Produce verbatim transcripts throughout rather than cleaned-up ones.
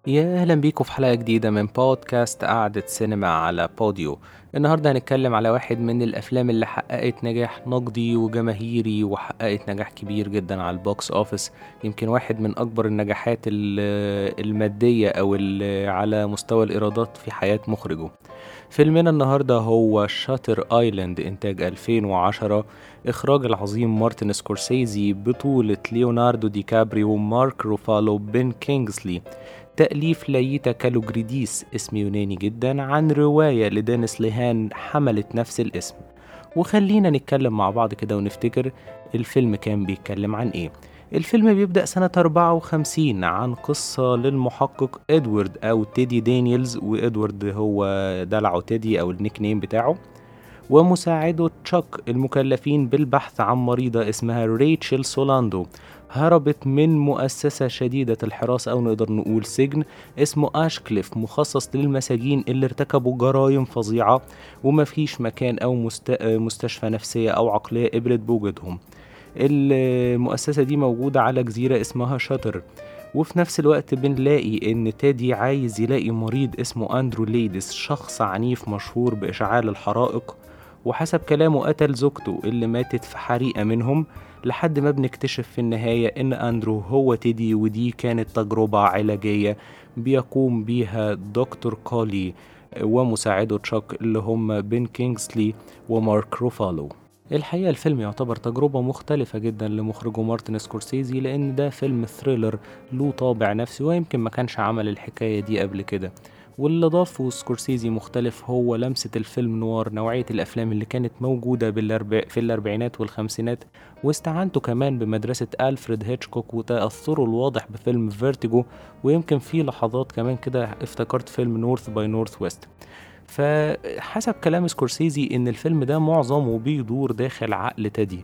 يا أهلا بيكم في حلقة جديدة من بودكاست قعدة سينما على بوديو. النهاردة هنتكلم على واحد من الأفلام اللي حققت نجاح نقدي وجماهيري وحققت نجاح كبير جدا على البوكس أوفيس. يمكن واحد من أكبر النجاحات ال- المادية أو ال- على مستوى الإيرادات في حياة مخرجه. فيلمنا النهاردة هو شاتر آيلاند إنتاج ألفين وعشرة، إخراج العظيم مارتن سكورسيزي، بطولة ليوناردو دي كابريو ومارك روفالو بن كينغسلي، تأليف لايتا كالوجريديس، اسم يوناني جدا، عن رواية لدينيس ليهان حملت نفس الاسم. وخلينا نتكلم مع بعض كده ونفتكر الفيلم كان بيتكلم عن ايه. الفيلم بيبدأ سنة أربعة وخمسين عن قصة للمحقق إدوارد أو تيدي دانييلز، وإدوارد هو دلعه تيدي أو النيك نيم بتاعه، ومساعده تشاك، المكلفين بالبحث عن مريضة اسمها ريتشل سولاندو، هربت من مؤسسة شديدة الحراسة أو نقدر نقول سجن اسمه أشكليف، مخصص للمساجين اللي ارتكبوا جرائم فظيعة ومفيش مكان أو مست... مستشفى نفسية أو عقلية قبلت بوجودهم. المؤسسة دي موجودة على جزيرة اسمها شاتر. وفي نفس الوقت بنلاقي ان تادي عايز يلاقي مريض اسمه اندرو ليدس، شخص عنيف مشهور باشعال الحرائق، وحسب كلامه قتل زوجته اللي ماتت في حريقة منهم، لحد ما بنكتشف في النهاية ان اندرو هو تيدي، ودي كانت تجربة علاجية بيقوم بيها دكتور كولي ومساعده تشاك اللي هم بن كينغسلي ومارك روفالو. الحقيقة الفيلم يعتبر تجربة مختلفة جدا لمخرجه مارتن سكورسيزي، لأن ده فيلم ثريلر له طابع نفسي، ويمكن ما كانش عمل الحكاية دي قبل كده. واللي ضافه سكورسيزي مختلف هو لمسة الفيلم نوار، نوعية الأفلام اللي كانت موجودة بالأربع... في الأربعينات والخمسينات، واستعانته كمان بمدرسة ألفريد هيتشكوك وتأثره الواضح بفيلم فيرتيجو. ويمكن في لحظات كمان كده افتكرت فيلم نورث باي نورث ويست. فحسب كلام سكورسيزي ان الفيلم ده معظمه بيدور داخل عقل تادي.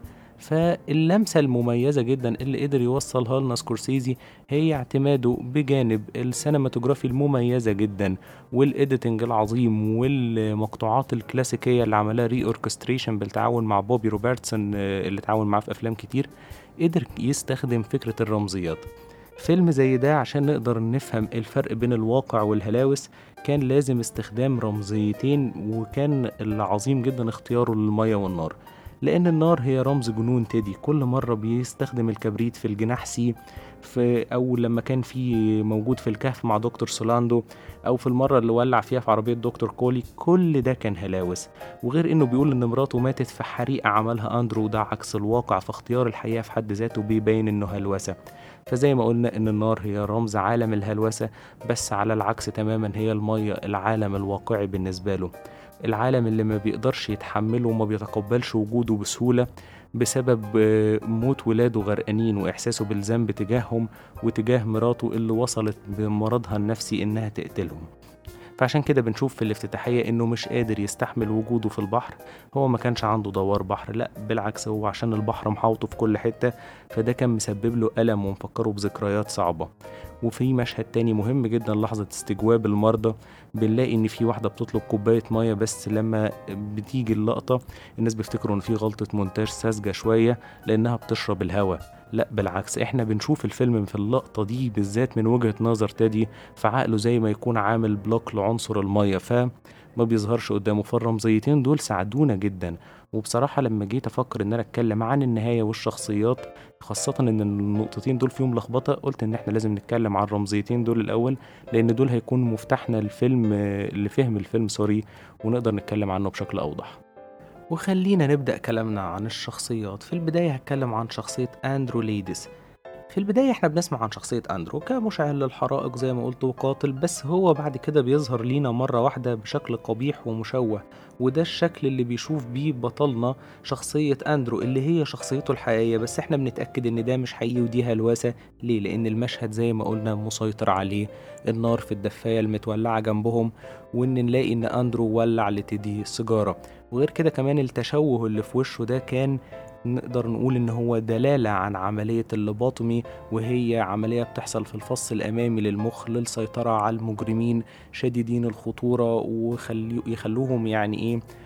فاللمسة المميزة جدا اللي قدر يوصلها لنا سكورسيزي هي اعتماده بجانب السينماتوجرافي المميزة جدا والإيديتنج العظيم والمقطوعات الكلاسيكية اللي عملها ري اوركستريشن بالتعاون مع بوبي روبرتسون، آه، اللي تعاون معاه في أفلام كتير. قدر يستخدم فكرة الرمزيات. فيلم زي ده عشان نقدر نفهم الفرق بين الواقع والهلاوس كان لازم استخدام رمزيتين، وكان العظيم جدا اختياره للمية والنار، لأن النار هي رمز جنون تيدي. كل مرة بيستخدم الكبريت في الجناح سي، في أو لما كان في موجود في الكهف مع دكتور سولاندو، أو في المرة اللي ولع فيها في عربية دكتور كولي، كل ده كان هلاوس. وغير إنه بيقول إن مراته ماتت في حريقة عملها أندرو، ده عكس الواقع، فاختيار الحقيقة في حد ذاته بيبين إنه هلوسة. فزي ما قلنا إن النار هي رمز عالم الهلوسة، بس على العكس تماما هي المية العالم الواقعي بالنسبة له، العالم اللي ما بيقدرش يتحمله وما بيتقبلش وجوده بسهولة بسبب آه، موت ولاده غرقانين وإحساسه بالذنب تجاههم وتجاه مراته اللي وصلت بمرضها النفسي إنها تقتلهم. فعشان كده بنشوف في الافتتاحية إنه مش قادر يستحمل وجوده في البحر. هو ما كانش عنده دوار بحر، لأ بالعكس، هو عشان البحر محاوطه في كل حتة، فده كان مسبب له ألم ومفكره بذكريات صعبة. وفي مشهد تاني مهم جدا، لحظة استجواب المرضى، بنلاقي إن في واحدة بتطلب كوباية مية، بس لما بتيجي اللقطة الناس بيفتكروا إن في غلطة مونتاج ساذجة شوية لأنها بتشرب الهوا. لا بالعكس، احنا بنشوف الفيلم في اللقطة دي بالذات من وجهة نظر تادي، فعقله زي ما يكون عامل بلوك لعنصر المية، فما بيظهرش قدامه. فالرمزيتين دول ساعدونا جدا. وبصراحة لما جيت أفكر إن أنا أتكلم عن النهاية والشخصيات، خاصة إن النقطتين دول فيهم لخبطة، قلت إن إحنا لازم نتكلم عن الرمزيتين دول الأول، لأن دول هيكونوا مفتاحنا الفيلم لفهم الفيلم سوري، ونقدر نتكلم عنه بشكل أوضح. وخلينا نبدأ كلامنا عن الشخصيات. في البداية هتكلم عن شخصية أندرو ليدس. في البداية احنا بنسمع عن شخصية أندرو كمشعل للحرائق زي ما قلت وقاتل، بس هو بعد كده بيظهر لينا مرة واحدة بشكل قبيح ومشوه، وده الشكل اللي بيشوف بيه بطلنا شخصية أندرو اللي هي شخصيته الحقيقية، بس احنا بنتأكد ان ده مش حقيقي ودي هلوسة. ليه؟ لأن المشهد زي ما قلنا مسيطر عليه النار في الدفاية المتولعة جنبهم، وان نلاقي ان أندرو ولع لتدي سيجارة. وغير كده كمان التشوه اللي في وشه ده كان نقدر نقول إن هو دلالة عن عملية اللوبوتومي، وهي عملية بتحصل في الفص الأمامي للمخ للسيطرة على المجرمين شديدين الخطورة، ويخلوهم يعني إيه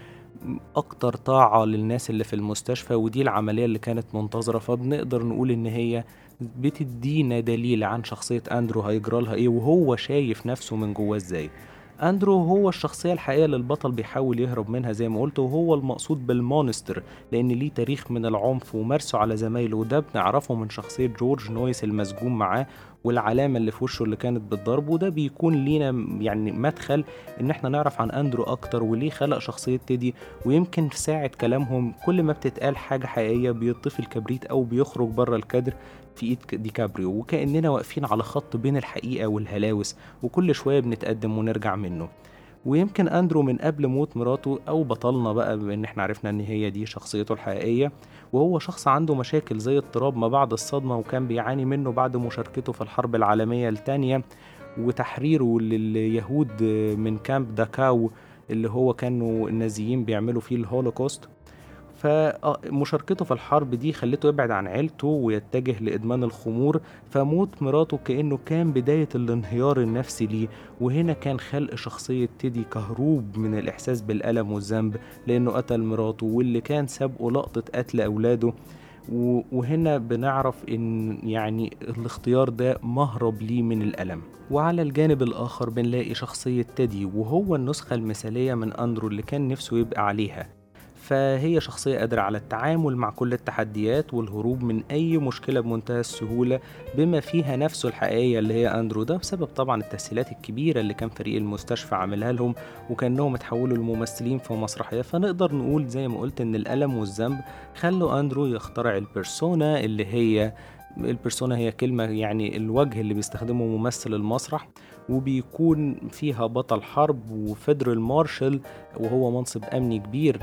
أكتر طاعة للناس اللي في المستشفى، ودي العملية اللي كانت منتظرة. فبنقدر نقول إن هي بتدينا دليل عن شخصية أندرو هيجرالها إيه وهو شايف نفسه من جواه إزاي. أندرو هو الشخصية الحقيقية اللي البطل بيحاول يهرب منها زي ما قلت، وهو المقصود بالمونستر لأن ليه تاريخ من العنف ومارسه على زمايله، وده بنعرفه من شخصية جورج نويس المسجون معاه والعلامة اللي في وشه اللي كانت بالضرب. وده بيكون لينا يعني مدخل إن احنا نعرف عن أندرو أكتر وليه خلق شخصية تيدي. ويمكن في ساعة كلامهم كل ما بتتقال حاجة حقيقية بيطفي الكبريت أو بيخرج بره الكادر في ايد ديكابريو، وكأننا واقفين على خط بين الحقيقة والهلاوس وكل شوية بنتقدم ونرجع منه. ويمكن أندرو من قبل موت مراته أو بطلنا بقى بما إن احنا عرفنا إن هي دي شخصيته الحقيقية، وهو شخص عنده مشاكل زي اضطراب ما بعد الصدمة وكان بيعاني منه بعد مشاركته في الحرب العالمية الثانية وتحريره لليهود من كامب داكاو اللي هو كانوا النازيين بيعملوا فيه الهولوكوست. فمشاركته في الحرب دي خلته يبعد عن عيلته ويتجه لإدمان الخمور. فموت مراته كأنه كان بداية الانهيار النفسي ليه، وهنا كان خلق شخصية تيدي كهروب من الإحساس بالألم والذنب لأنه قتل مراته واللي كان سابقه لقطة قتل أولاده. وهنا بنعرف ان يعني الاختيار ده مهرب ليه من الألم. وعلى الجانب الآخر بنلاقي شخصية تيدي وهو النسخة المثالية من أندرو اللي كان نفسه يبقى عليها. فهي شخصية قادرة على التعامل مع كل التحديات والهروب من أي مشكلة بمنتهى السهولة بما فيها نفسه الحقيقية اللي هي أندرو، ده بسبب طبعا التسهيلات الكبيرة اللي كان فريق المستشفى عاملها لهم وكأنهم اتحولوا لممثلين في مسرحية. فنقدر نقول زي ما قلت إن الألم والذنب خلوا أندرو يخترع البيرسونا اللي هي البيرسونا هي كلمة يعني الوجه اللي بيستخدمه ممثل المسرح، وبيكون فيها بطل حرب وفيدرال مارشال وهو منصب أمني كبير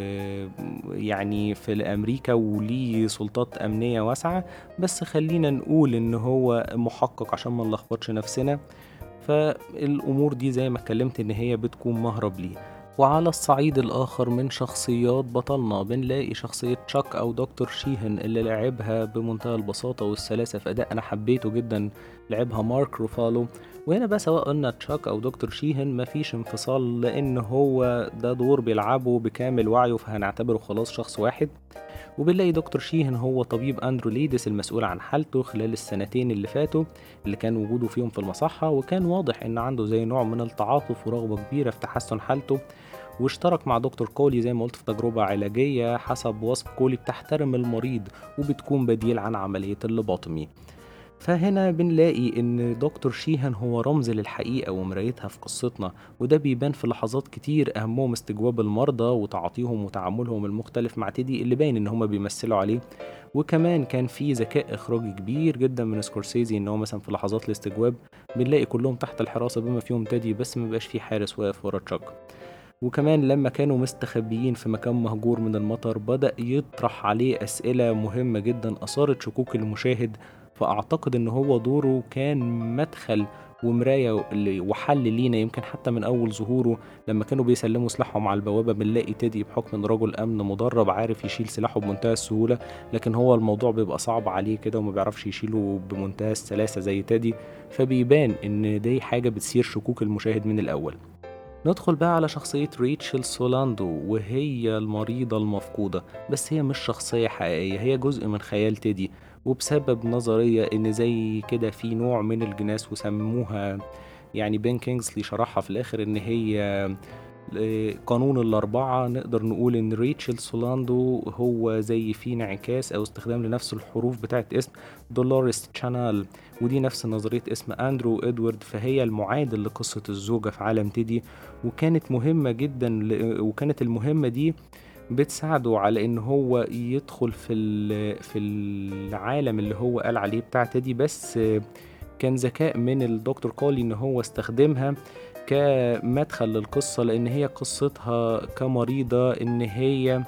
يعني في أمريكا وليه سلطات أمنية واسعة، بس خلينا نقول إن هو محقق عشان ما نلخبطش نفسنا. فالأمور دي زي ما اتكلمت إن هي بتكون مهرب ليه. وعلى الصعيد الآخر من شخصيات بطلنا بنلاقي شخصية تشاك أو دكتور شيهن اللي لعبها بمنتهى البساطة والسلاسة في أداء أنا حبيته جدا، لعبها مارك روفالو. وهنا بقى سواء قلنا تشاك أو دكتور شيهن مفيش انفصال لأن هو ده دور بيلعبه بكامل وعيه فهنعتبره خلاص شخص واحد. وبنلاقي دكتور شيهن هو طبيب أندرو ليدس المسؤول عن حالته خلال السنتين اللي فاتوا اللي كان وجوده فيهم في المصحة، وكان واضح إن عنده زي نوع من التعاطف ورغبة كبيرة في تحسن حالته. واشترك مع دكتور كولي زي ما قلت في تجربة علاجية حسب وصف كولي بتحترم المريض وبتكون بديل عن عملية اللوبوتومي. فهنا بنلاقي ان دكتور شيهان هو رمز للحقيقة ومرايتها في قصتنا، وده بيبان في لحظات كتير اهمهم استجواب المرضى وتعاطيهم وتعاملهم المختلف مع تيدي اللي باين ان هما بيمثلوا عليه. وكمان كان في ذكاء اخراجي كبير جدا من سكورسيزي ان هو مثلا في لحظات الاستجواب بنلاقي كلهم تحت الحراسة بما فيهم تيدي بس مبقاش في حارس واقف ورا تشاك. وكمان لما كانوا مستخبيين في مكان مهجور من المطر بدأ يطرح عليه أسئلة مهمة جدا أثارت شكوك المشاهد. فأعتقد إن هو دوره كان مدخل ومراية وحل لينا يمكن حتى من أول ظهوره لما كانوا بيسلموا سلاحهم على البوابة بنلاقي تيدي بحكم إن رجل أمن مدرب عارف يشيل سلاحه بمنتهى السهولة، لكن هو الموضوع بيبقى صعب عليه كده وما بيعرفش يشيله بمنتهى السلاسة زي تيدي. فبيبان إن دي حاجة بتثير شكوك المشاهد من الأول. ندخل بقى على شخصية ريتشل سولاندو وهي المريضة المفقودة، بس هي مش شخصية حقيقية، هي جزء من خيال تيدي وبسبب نظرية ان زي كده في نوع من الجناس وسموها يعني بين كينجسلي شرحها في الاخر ان هي قانون الأربعة. نقدر نقول إن ريتشل سولاندو هو زي في انعكاس أو استخدام لنفس الحروف بتاعت اسم دولوريس تشانال، ودي نفس نظرية اسم أندرو إدوارد. فهي المعادل لقصة الزوجة في عالم تيدي، وكانت مهمة جدا ل... وكانت المهمة دي بتساعده على ان هو يدخل في في العالم اللي هو قال عليه بتاع تيدي. بس كان ذكاء من الدكتور كولي ان هو استخدمها كمدخل للقصة لان هي قصتها كمريضة ان هي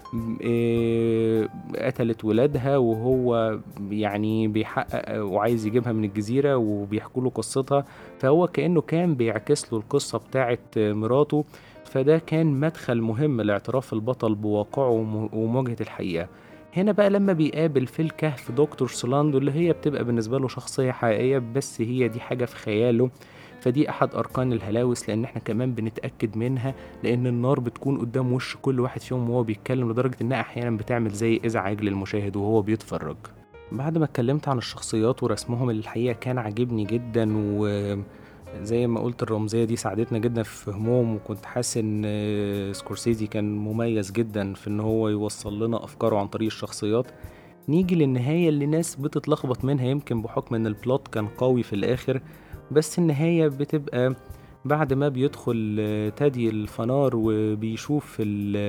قتلت ولادها وهو يعني بيحقق وعايز يجيبها من الجزيرة وبيحكوا له قصتها، فهو كأنه كان بيعكس له القصة بتاعت مراته. فده كان مدخل مهم لاعتراف البطل بواقعه ومواجهة الحقيقة. هنا بقى لما بيقابل في الكهف دكتور سولاندو اللي هي بتبقى بالنسبة له شخصية حقيقية بس هي دي حاجة في خياله، فدي أحد أركان الهلاوس، لأن احنا كمان بنتأكد منها لأن النار بتكون قدام وش كل واحد فيهم وهو بيتكلم، لدرجة إنها أحيانا بتعمل زي إزعاج للمشاهد وهو بيتفرج. بعد ما اتكلمت عن الشخصيات ورسمهم اللي الحقيقة كان عاجبني جدا، وزي ما قلت الرمزية دي ساعدتنا جدا في فهمهم، وكنت حاسس ان سكورسيزي كان مميز جدا في ان هو يوصل لنا افكاره عن طريق الشخصيات. نيجي للنهاية اللي ناس بتتلخبط منها، يمكن بحكم ان البلوت كان قوي في الاخر، بس النهاية بتبقى بعد ما بيدخل تادي الفنار وبيشوف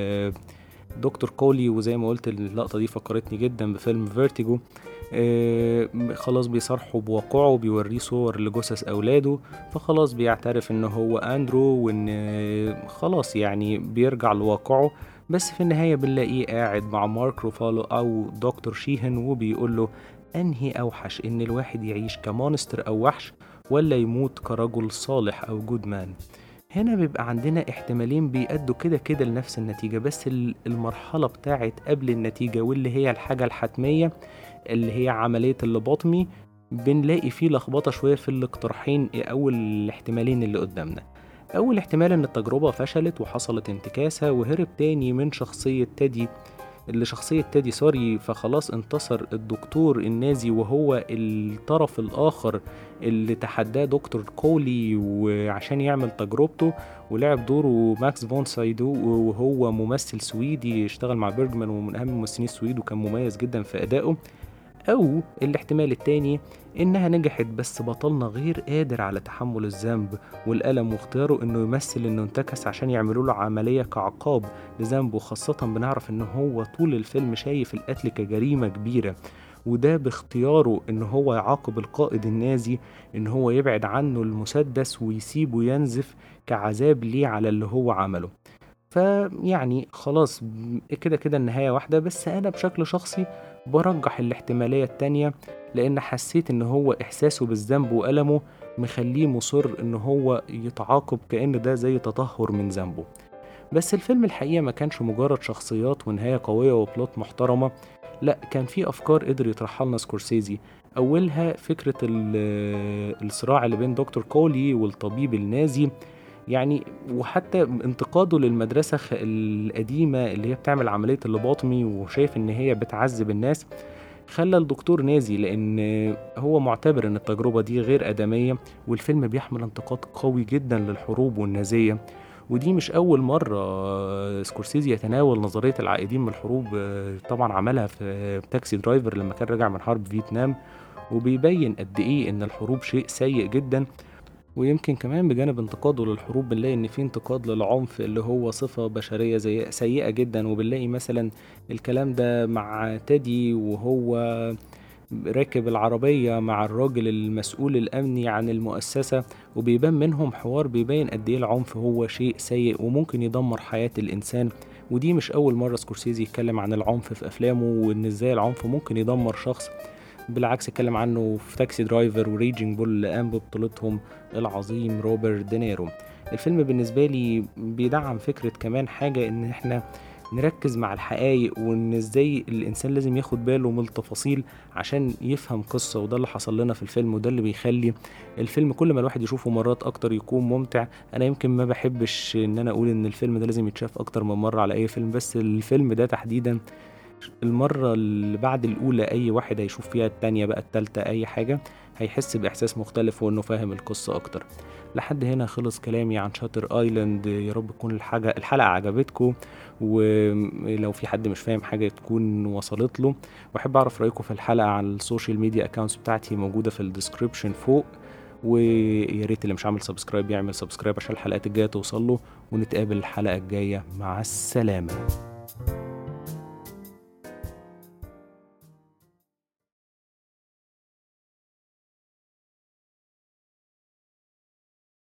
دكتور كولي، وزي ما قلت اللقطة دي فكرتني جدا بفيلم فيرتيجو. آه خلاص بيصرحوا بواقعه وبيوريه صور لجثث أولاده، فخلاص بيعترف إن هو أندرو، وإن آه خلاص يعني بيرجع لواقعه. بس في النهاية بنلاقيه قاعد مع مارك روفالو أو دكتور شيهن وبيقول له أنهي أوحش، إن الواحد يعيش كمونستر أو وحش، ولا يموت كرجل صالح أو جود مان. هنا بيبقى عندنا احتمالين بيأدوا كده كده لنفس النتيجة، بس المرحلة بتاعت قبل النتيجة واللي هي الحاجة الحتمية اللي هي عملية اللوبوتومي، بنلاقي فيه لخبطة شوية في الاقتراحين أو الاحتمالين اللي قدامنا. أول احتمال إن التجربة فشلت وحصلت انتكاسة وهرب تاني من شخصية تادي اللي شخصية تادي سوري فخلاص انتصر الدكتور النازي وهو الطرف الآخر اللي تحداه دكتور كولي وعشان يعمل تجربته، ولعب دوره ماكس فون سايدو وهو ممثل سويدي اشتغل مع بيرجمان ومن أهم الممثلين السويد وكان مميز جدا في أدائه. أو الاحتمال التاني إنها نجحت بس بطلنا غير قادر على تحمل الذنب والألم، واختياره إنه يمثل إنه انتكس عشان يعملوا له عملية كعقاب لذنبه، خاصة بنعرف إنه هو طول الفيلم شايف القتل كجريمة كبيرة، وده باختياره إنه هو يعاقب القائد النازي إنه هو يبعد عنه المسدس ويسيبه ينزف كعذاب ليه على اللي هو عمله. فيعني خلاص كده كده النهاية واحدة، بس أنا بشكل شخصي برجح الاحتمالية التانية، لأن حسيت إن هو إحساسه بالذنب وألمه مخليه مصر إن هو يتعاقب كأن ده زي تطهر من ذنبه. بس الفيلم الحقيقة ما كانش مجرد شخصيات ونهاية قوية وبلوت محترمة، لا كان في أفكار قدر يطرحها لنا سكورسيزي. أولها فكرة الصراع اللي بين دكتور كولي والطبيب النازي، يعني وحتى انتقاده للمدرسة القديمة اللي هي بتعمل عملية اللوبوتومي وشايف ان هي بتعذب الناس، خلى الدكتور نازي لان هو معتبر ان التجربة دي غير آدمية. والفيلم بيحمل انتقاد قوي جدا للحروب والنازية، ودي مش أول مرة سكورسيزي يتناول نظرية العائدين من الحروب، طبعا عملها في تاكسي درايفر لما كان راجع من حرب فيتنام، وبيبين قد ايه ان الحروب شيء سيء جدا. ويمكن كمان بجانب انتقاده للحروب بنلاقي ان في انتقاد للعنف اللي هو صفة بشرية زي سيئة جدا، وبنلاقي مثلا الكلام ده مع تادي وهو راكب العربية مع الراجل المسؤول الأمني عن المؤسسة، وبيبان منهم حوار بيبين قد ايه العنف هو شيء سيء وممكن يدمر حياة الإنسان. ودي مش أول مرة سكورسيزي يتكلم عن العنف في أفلامه وإن ازاي العنف ممكن يدمر شخص، بالعكس اتكلم عنه في تاكسي درايفر وريجينج بول اللي قام ببطولتهم العظيم روبرت دينيرو. الفيلم بالنسبة لي بيدعم فكرة كمان حاجة ان احنا نركز مع الحقائق، وان ازاي الانسان لازم ياخد باله من التفاصيل عشان يفهم قصة، وده اللي حصل لنا في الفيلم، وده اللي بيخلي الفيلم كل ما الواحد يشوفه مرات اكتر يكون ممتع. انا يمكن ما بحبش ان انا اقول ان الفيلم ده لازم يتشاف اكتر من مرة على اي فيلم، بس الفيلم ده تحديدا المرة اللي بعد الأولى أي واحد هيشوف فيها التانية بقى التالتة أي حاجة هيحس بإحساس مختلف وإنه فاهم القصة أكتر. لحد هنا خلص كلامي عن شاتر آيلاند، يا رب تكون الحاجة الحلقة عجبتكم، ولو في حد مش فاهم حاجة تكون وصلت له. وأحب أعرف رأيكم في الحلقة على السوشيال ميديا أكاونتس بتاعتي موجودة في الديسكريبشن فوق، ويا ريت اللي مش عامل سبسكرايب يعمل سبسكرايب عشان الحلقات الجاية توصل له، ونتقابل الحلقة الجاية. مع السلامة.